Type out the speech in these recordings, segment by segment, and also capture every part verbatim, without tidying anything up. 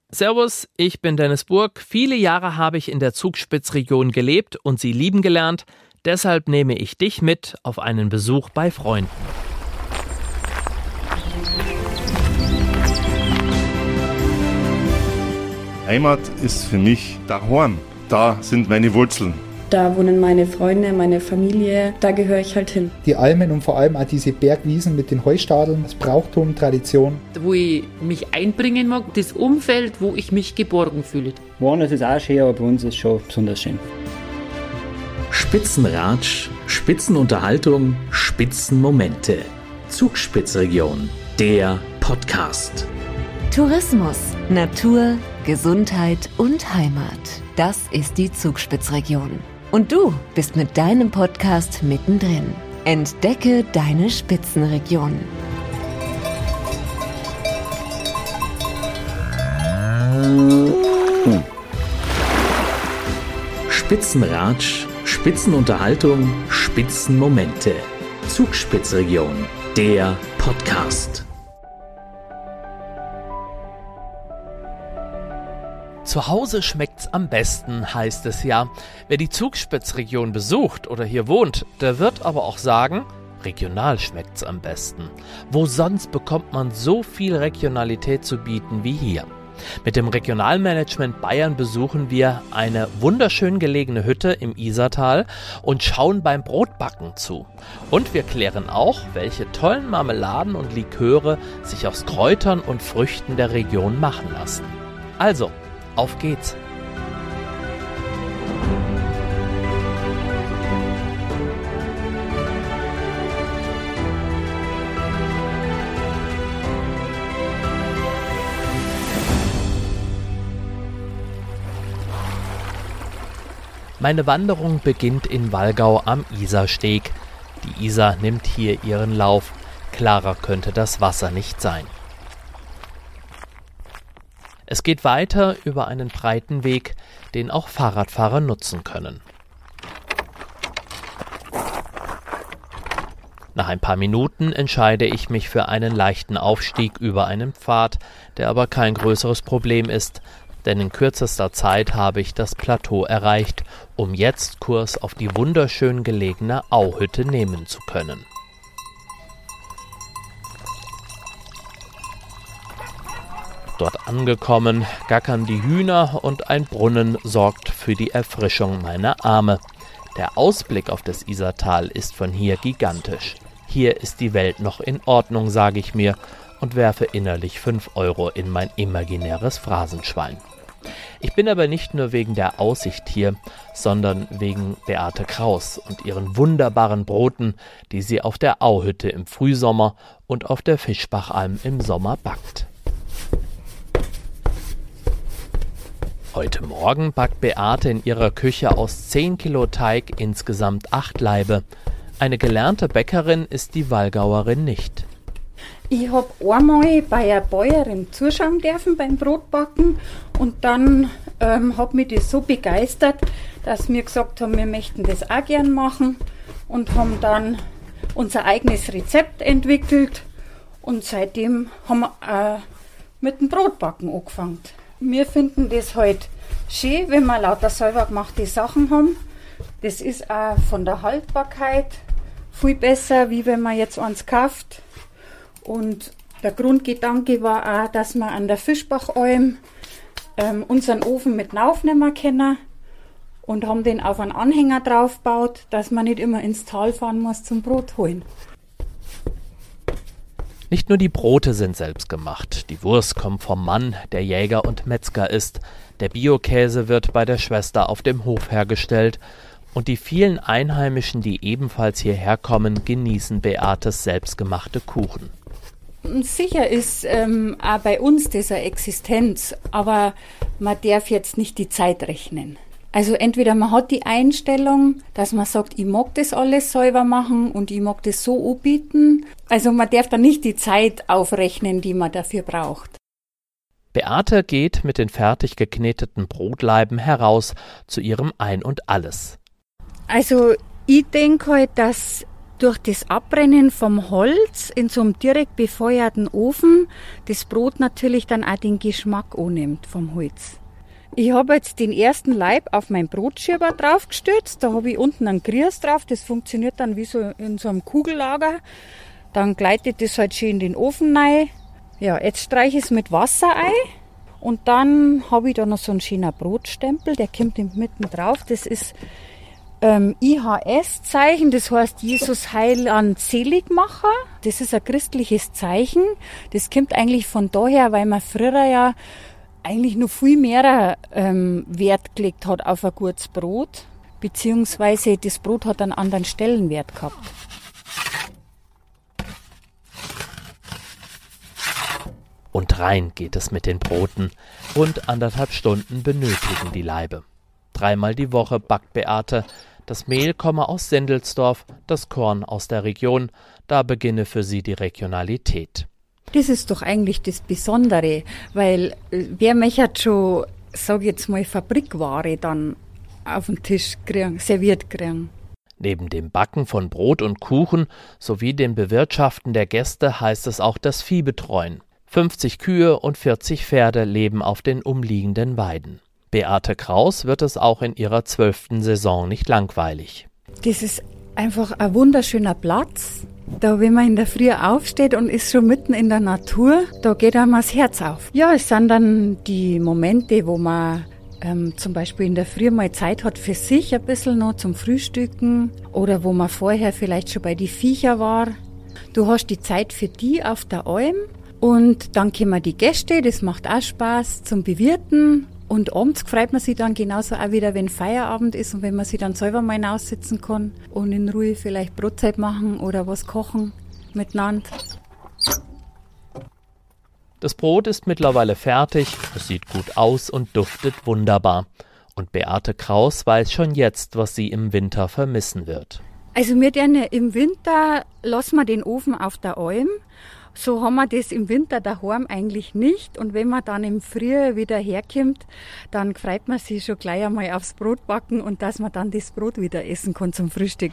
Servus, ich bin Dennis Burg. Viele Jahre habe ich in der Zugspitzregion gelebt und sie lieben gelernt. Deshalb nehme ich dich mit auf einen Besuch bei Freunden. Heimat ist für mich daheim. Da sind meine Wurzeln. Da wohnen meine Freunde, meine Familie, da gehöre ich halt hin. Die Almen und vor allem auch diese Bergwiesen mit den Heustadeln, das Brauchtum, Tradition. Wo ich mich einbringen mag, das Umfeld, wo ich mich geborgen fühle. Woanders ist auch schön, aber bei uns ist es schon besonders schön. Spitzenratsch, Spitzenunterhaltung, Spitzenmomente. Zugspitzregion, der Podcast. Tourismus, Natur, Gesundheit und Heimat. Das ist die Zugspitzregion. Und du bist mit deinem Podcast mittendrin. Entdecke deine Spitzenregion. Spitzenratsch, Spitzenunterhaltung, Spitzenmomente. Zugspitzregion, der Podcast. Zu Hause schmeckt's am besten, heißt es ja. Wer die Zugspitzregion besucht oder hier wohnt, der wird aber auch sagen, regional schmeckt's am besten. Wo sonst bekommt man so viel Regionalität zu bieten wie hier? Mit dem Regionalmanagement Bayern besuchen wir eine wunderschön gelegene Hütte im Isartal und schauen beim Brotbacken zu. Und wir klären auch, welche tollen Marmeladen und Liköre sich aus Kräutern und Früchten der Region machen lassen. Also, auf geht's! Meine Wanderung beginnt in Wallgau am Isarsteg. Die Isar nimmt hier ihren Lauf. Klarer könnte das Wasser nicht sein. Es geht weiter über einen breiten Weg, den auch Fahrradfahrer nutzen können. Nach ein paar Minuten entscheide ich mich für einen leichten Aufstieg über einen Pfad, der aber kein größeres Problem ist, denn in kürzester Zeit habe ich das Plateau erreicht, um jetzt Kurs auf die wunderschön gelegene Auhütte nehmen zu können. Dort angekommen, gackern die Hühner und ein Brunnen sorgt für die Erfrischung meiner Arme. Der Ausblick auf das Isartal ist von hier gigantisch. Hier ist die Welt noch in Ordnung, sage ich mir und werfe innerlich fünf Euro in mein imaginäres Phrasenschwein. Ich bin aber nicht nur wegen der Aussicht hier, sondern wegen Beate Kraus und ihren wunderbaren Broten, die sie auf der Auhütte im Frühsommer und auf der Fischbachalm im Sommer backt. Heute Morgen backt Beate in ihrer Küche aus zehn Kilo Teig insgesamt acht Laibe. Eine gelernte Bäckerin ist die Wallgauerin nicht. Ich habe einmal bei einer Bäuerin zuschauen dürfen beim Brotbacken und dann ähm, hat mich das so begeistert, dass wir gesagt haben, wir möchten das auch gern machen und haben dann unser eigenes Rezept entwickelt und seitdem haben wir äh, mit dem Brotbacken angefangen. Wir finden das halt schön, wenn wir lauter selber gemachte Sachen haben. Das ist auch von der Haltbarkeit viel besser, wie wenn man jetzt eins kauft. Und der Grundgedanke war auch, dass wir an der Fischbachalm ähm, unseren Ofen mit aufnehmen können und haben den auf einen Anhänger draufgebaut, dass man nicht immer ins Tal fahren muss zum Brot holen. Nicht nur die Brote sind selbst gemacht. Die Wurst kommt vom Mann, der Jäger und Metzger ist. Der Biokäse wird bei der Schwester auf dem Hof hergestellt. Und die vielen Einheimischen, die ebenfalls hierher kommen, genießen Beates selbstgemachte Kuchen. Sicher ist ähm, auch bei uns das eine Existenz, aber man darf jetzt nicht die Zeit rechnen. Also entweder man hat die Einstellung, dass man sagt, ich mag das alles selber machen und ich mag das so anbieten. Also man darf da nicht die Zeit aufrechnen, die man dafür braucht. Beate geht mit den fertig gekneteten Brotlaiben heraus zu ihrem Ein und Alles. Also ich denke halt, dass durch das Abbrennen vom Holz in so einem direkt befeuerten Ofen das Brot natürlich dann auch den Geschmack annimmt vom Holz. Ich habe jetzt den ersten Laib auf meinen Brotschieber draufgestützt. Da habe ich unten einen Grieß drauf. Das funktioniert dann wie so in so einem Kugellager. Dann gleitet das halt schön in den Ofen rein. Ja, jetzt streiche ich es mit Wasser ein. Und dann habe ich da noch so einen schönen Brotstempel. Der kommt mitten drauf. Das ist ähm, I H S-Zeichen. Das heißt Jesus Heiland Seligmacher. Das ist ein christliches Zeichen. Das kommt eigentlich von daher, weil man früher ja eigentlich noch viel mehr ähm, Wert gelegt hat auf ein gutes Brot, beziehungsweise das Brot hat einen anderen Stellenwert gehabt. Und rein geht es mit den Broten. Rund anderthalb Stunden benötigen die Laibe. Dreimal die Woche backt Beate. Das Mehl komme aus Sendelsdorf, das Korn aus der Region. Da beginne für sie die Regionalität. Das ist doch eigentlich das Besondere, weil wer möchte schon, sag ich jetzt mal, Fabrikware dann auf den Tisch kriegen, serviert kriegen. Neben dem Backen von Brot und Kuchen sowie dem Bewirtschaften der Gäste heißt es auch das Vieh betreuen. fünfzig Kühe und vierzig Pferde leben auf den umliegenden Weiden. Beate Kraus wird es auch in ihrer zwölften Saison nicht langweilig. Das ist einfach ein wunderschöner Platz. Da, wenn man in der Früh aufsteht und ist schon mitten in der Natur, da geht einem das Herz auf. Ja, es sind dann die Momente, wo man ähm, zum Beispiel in der Früh mal Zeit hat für sich ein bisschen noch zum Frühstücken oder wo man vorher vielleicht schon bei den Viecher war. Du hast die Zeit für die auf der Alm und dann kommen die Gäste, das macht auch Spaß zum Bewirten. Und abends freut man sich dann genauso auch wieder, wenn Feierabend ist und wenn man sich dann selber mal hinaussitzen kann und in Ruhe vielleicht Brotzeit machen oder was kochen miteinander. Das Brot ist mittlerweile fertig, es sieht gut aus und duftet wunderbar. Und Beate Kraus weiß schon jetzt, was sie im Winter vermissen wird. Also wir denn im Winter lassen wir den Ofen auf der Alm. So haben wir das im Winter daheim eigentlich nicht. Und wenn man dann im Frühjahr wieder herkommt, dann freut man sich schon gleich einmal aufs Brotbacken und dass man dann das Brot wieder essen kann zum Frühstück.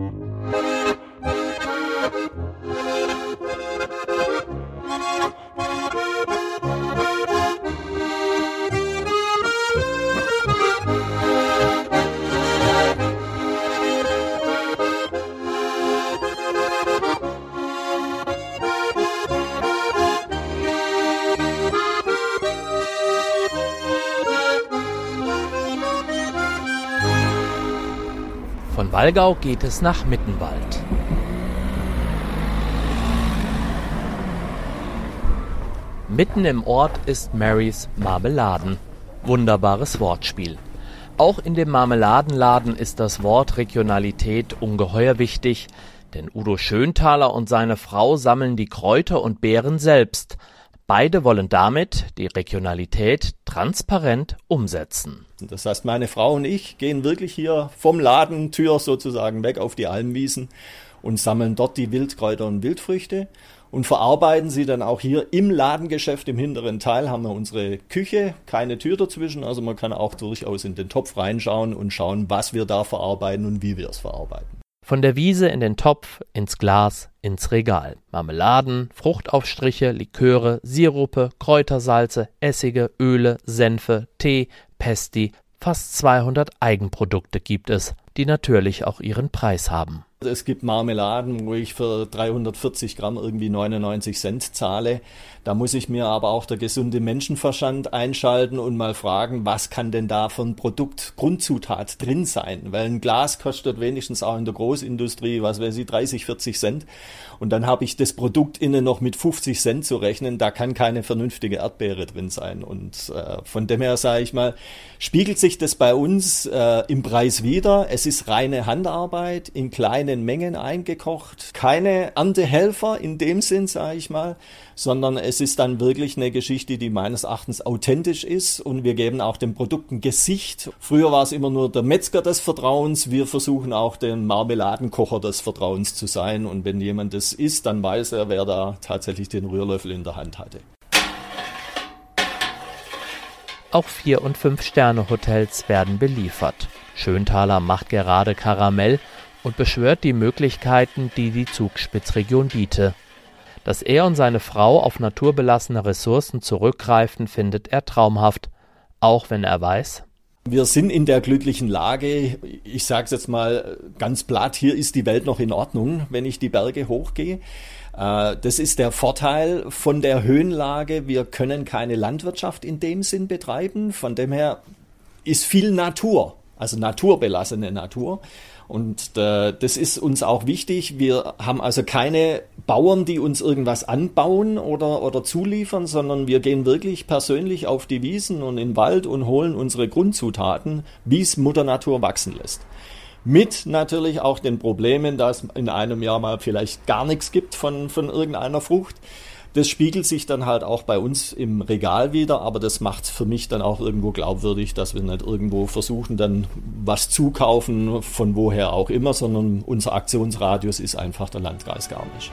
Von Wallgau geht es nach Mittenwald. Mitten im Ort ist Marys Marmeladen. Wunderbares Wortspiel. Auch in dem Marmeladenladen ist das Wort Regionalität ungeheuer wichtig, denn Udo Schönthaler und seine Frau sammeln die Kräuter und Beeren selbst. Beide wollen damit die Regionalität transparent umsetzen. Das heißt, meine Frau und ich gehen wirklich hier vom Ladentür sozusagen weg auf die Almwiesen und sammeln dort die Wildkräuter und Wildfrüchte und verarbeiten sie dann auch hier im Ladengeschäft. Im hinteren Teil haben wir unsere Küche, keine Tür dazwischen, also man kann auch durchaus in den Topf reinschauen und schauen, was wir da verarbeiten und wie wir es verarbeiten. Von der Wiese in den Topf, ins Glas, ins Regal. Marmeladen, Fruchtaufstriche, Liköre, Sirupe, Kräutersalze, Essige, Öle, Senfe, Tee, Pesti. Fast zweihundert Eigenprodukte gibt es, die natürlich auch ihren Preis haben. Es gibt Marmeladen, wo ich für dreihundertvierzig Gramm irgendwie neunundneunzig Cent zahle. Da muss ich mir aber auch der gesunde Menschenverstand einschalten und mal fragen, was kann denn da für ein Produkt, Grundzutat drin sein? Weil ein Glas kostet wenigstens auch in der Großindustrie, was weiß ich, dreißig, vierzig Cent. Und dann habe ich das Produkt innen noch mit fünfzig Cent zu rechnen. Da kann keine vernünftige Erdbeere drin sein. Und äh, von dem her sage ich mal, spiegelt sich das bei uns äh, im Preis wider. Es ist reine Handarbeit, in kleinen Mengen eingekocht. Keine Erntehelfer in dem Sinn, sage ich mal, sondern es ist dann wirklich eine Geschichte, die meines Erachtens authentisch ist und wir geben auch dem Produkt ein Gesicht. Früher war es immer nur der Metzger des Vertrauens, wir versuchen auch den Marmeladenkocher des Vertrauens zu sein und wenn jemand das isst, dann weiß er, wer da tatsächlich den Rührlöffel in der Hand hatte. Auch Vier- und Fünf-Sterne-Hotels werden beliefert. Schönthaler macht gerade Karamell und beschwört die Möglichkeiten, die die Zugspitzregion biete. Dass er und seine Frau auf naturbelassene Ressourcen zurückgreifen, findet er traumhaft, auch wenn er weiß: Wir sind in der glücklichen Lage, ich sage es jetzt mal ganz platt, hier ist die Welt noch in Ordnung, wenn ich die Berge hochgehe. Das ist der Vorteil von der Höhenlage. Wir können keine Landwirtschaft in dem Sinn betreiben. Von dem her ist viel Natur, also naturbelassene Natur. Und äh, das ist uns auch wichtig. Wir haben also keine Bauern, die uns irgendwas anbauen oder, oder zuliefern, sondern wir gehen wirklich persönlich auf die Wiesen und in den Wald und holen unsere Grundzutaten, wie es Mutter Natur wachsen lässt. Mit natürlich auch den Problemen, dass in einem Jahr mal vielleicht gar nichts gibt von, von irgendeiner Frucht. Das spiegelt sich dann halt auch bei uns im Regal wieder, aber das macht es für mich dann auch irgendwo glaubwürdig, dass wir nicht irgendwo versuchen, dann was zukaufen, von woher auch immer, sondern unser Aktionsradius ist einfach der Landkreis Garmisch.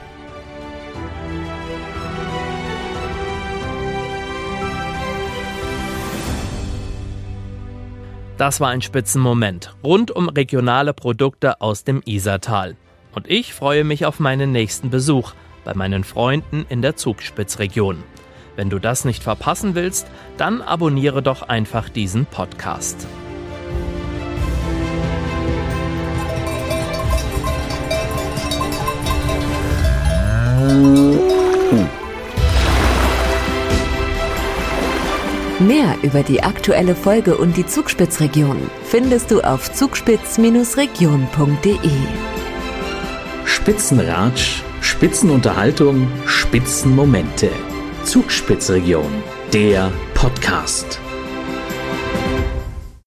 Das war ein Spitzenmoment rund um regionale Produkte aus dem Isartal. Und ich freue mich auf meinen nächsten Besuch bei meinen Freunden in der Zugspitzregion. Wenn du das nicht verpassen willst, dann abonniere doch einfach diesen Podcast. Mehr über die aktuelle Folge und die Zugspitzregion findest du auf zugspitz Region punkt de. Spitzenratsch, Spitzenunterhaltung, Spitzenmomente. Zugspitzregion, der Podcast.